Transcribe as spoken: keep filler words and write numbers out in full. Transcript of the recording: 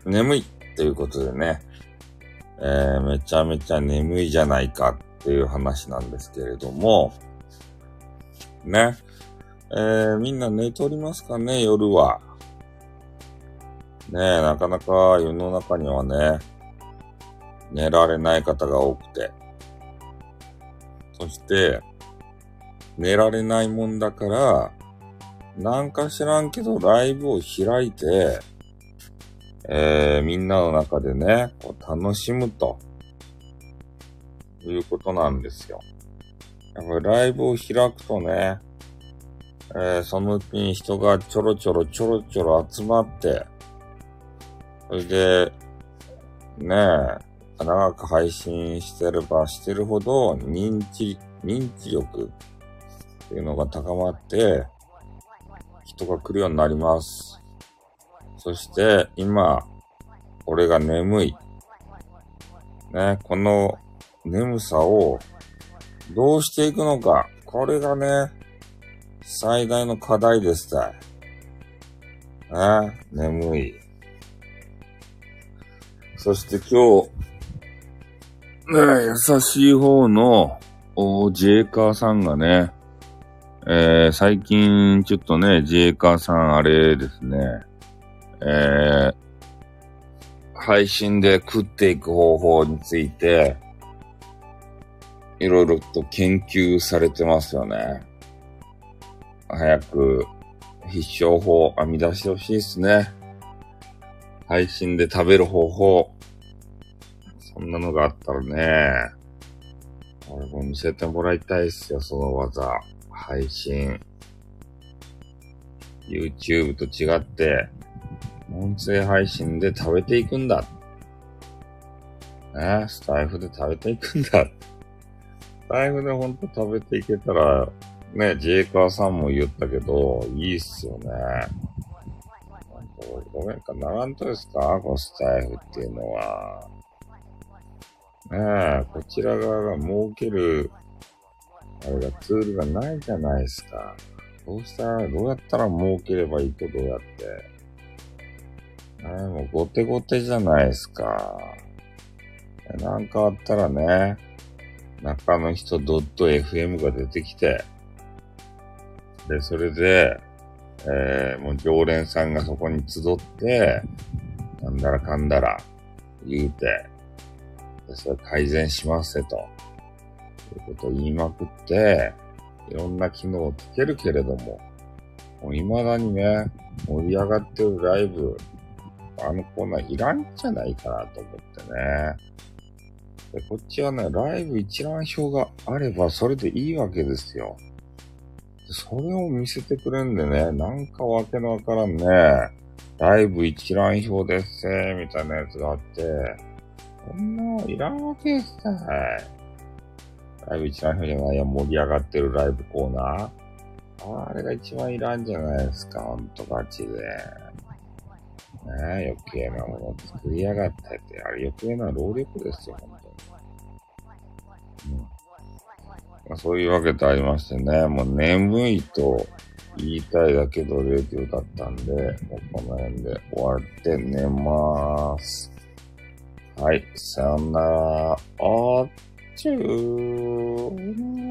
眠いということでね、えー、めちゃめちゃ眠いじゃないかっていう話なんですけれども、ね、えー、みんな寝ておりますかね、夜は。ねえ、なかなか世の中にはね、寝られない方が多くて。そして、寝られないもんだから、なんか知らんけどライブを開いて、えー、みんなの中でね、こう楽しむと、いうことなんですよ。やっぱりライブを開くとね、えー、そのうちに人がちょろちょろちょろちょろ集まって、それで、ねえ、長く配信してればしてるほど認知、認知力っていうのが高まって、人が来るようになります。そして今、俺が眠い。ね、この眠さをどうしていくのか。これがね、最大の課題ですたい。ね、眠い。そして今日、ね、優しい方のジェイカーさんがね、えー、最近ちょっとね、ジェイカーさんあれですね、えー、配信で食っていく方法について、いろいろと研究されてますよね。早く必勝法編み出してほしいですね。配信で食べる方法。そんなのがあったらね、俺も見せてもらいたいっすよ、その技。配信。YouTube と違って、音声配信で食べていくんだ。ね、スタイフで食べていくんだ。スタイフでほんと食べていけたら、ね、ジェイカーさんも言ったけど、いいっすよね。ごめんかならんとですか、このスタイフっていうのは。ねえ、こちら側が儲ける、あれがツールがないじゃないですか。どうしたら、どうやったら儲ければいいとどうやって。ねえ、もう後手後手じゃないですか。なんかあったらね、中の人 .fm が出てきて、で、それで、えー、もう常連さんがそこに集って、なんだらかんだら言うて、でそれ改善しますねと、いうことを言いまくって、いろんな機能をつけるけれども、もう未だにね、盛り上がってるライブ、あのコーナーいらんじゃないかなと思ってね。でこっちはね、ライブ一覧表があればそれでいいわけですよ。それを見せてくれんでね、なんかわけのわからんね、ライブ一覧表ですせみたいなやつがあって、こんなのいらんわけですね。ライブ一覧表じゃないや、盛り上がってるライブコーナー。あれが一番いらんじゃないですか、ほんとガチで。ねえ、余計なもの作りやがったって、あれ余計な労力ですよ、ほんとに。うんまあ、そういうわけでありましてね、もう眠いと言いたいだけどレディオだったんで、もうこの辺で終わって寝まーす。はい、さよなら。あっちゅー。